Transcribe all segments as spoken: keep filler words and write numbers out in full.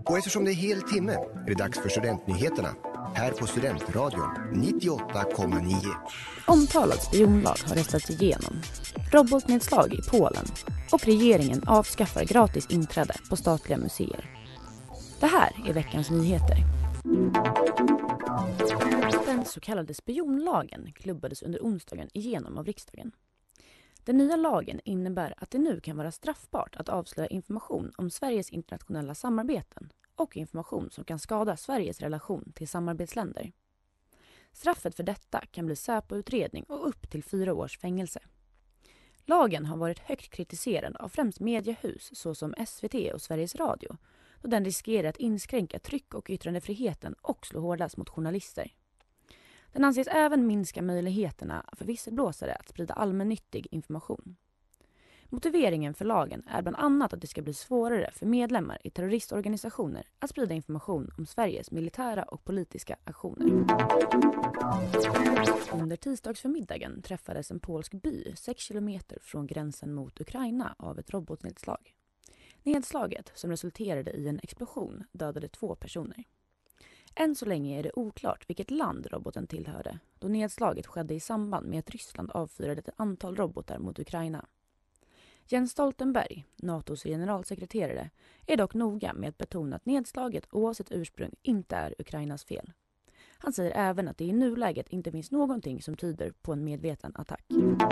Och eftersom det är hel timme är det dags för Studentnyheterna här på Studentradion nittioåtta komma nio. Omtalad spionlag har röstats igenom. Robotnedslag i Polen. Och regeringen avskaffar gratis inträde på statliga museer. Det här är veckans nyheter. Den så kallade spionlagen klubbades under onsdagen igenom av riksdagen. Den nya lagen innebär att det nu kan vara straffbart att avslöja information om Sveriges internationella samarbeten och information som kan skada Sveriges relation till samarbetsländer. Straffet för detta kan bli Säpo-utredning och upp till fyra års fängelse. Lagen har varit högt kritiserad av främst mediehus såsom S V T och Sveriges Radio, då den riskerar att inskränka tryck- och yttrandefriheten och slå hårdast mot journalister. Den anses även minska möjligheterna för visselblåsare att sprida allmännyttig information. Motiveringen för lagen är bland annat att det ska bli svårare för medlemmar i terroristorganisationer att sprida information om Sveriges militära och politiska aktioner. Under tisdagsförmiddagen träffades en polsk by sex kilometer från gränsen mot Ukraina av ett robotnedslag. Nedslaget, som resulterade i en explosion, dödade två personer. Än så länge är det oklart vilket land roboten tillhörde, då nedslaget skedde i samband med att Ryssland avfyrade ett antal robotar mot Ukraina. Jens Stoltenberg, NATOs generalsekreterare, är dock noga med att betona att nedslaget oavsett ursprung inte är Ukrainas fel. Han säger även att det i nuläget inte finns någonting som tyder på en medveten attack.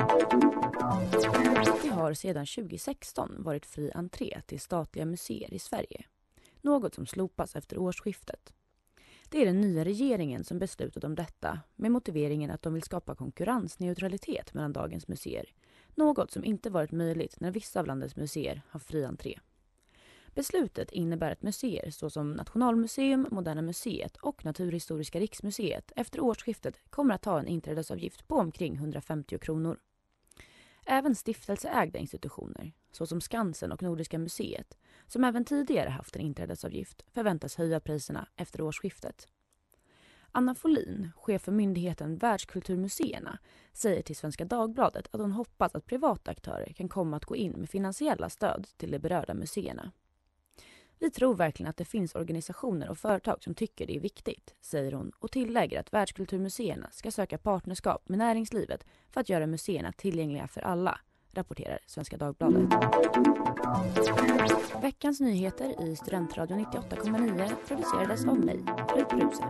Det har sedan tjugo sexton varit fri entré till statliga museer i Sverige, något som slopas efter årsskiftet. Det är den nya regeringen som beslutat om detta med motiveringen att de vill skapa konkurrensneutralitet mellan dagens museer, något som inte varit möjligt när vissa av landets museer har fri entré. Beslutet innebär att museer såsom Nationalmuseum, Moderna museet och Naturhistoriska riksmuseet efter årsskiftet kommer att ta en inträdesavgift på omkring hundrafemtio kronor. Även stiftelseägda institutioner, såsom Skansen och Nordiska museet, som även tidigare haft en inträdesavgift, förväntas höja priserna efter årsskiftet. Anna Folin, chef för myndigheten Världskulturmuseerna, säger till Svenska Dagbladet att hon hoppas att privata aktörer kan komma att gå in med finansiella stöd till de berörda museerna. Vi tror verkligen att det finns organisationer och företag som tycker det är viktigt, säger hon, och tillägger att Världskulturmuseerna ska söka partnerskap med näringslivet för att göra museerna tillgängliga för alla, rapporterar Svenska Dagbladet. Veckans nyheter i Studentradion nittioåtta komma nio producerades av mig, Rut Bruse.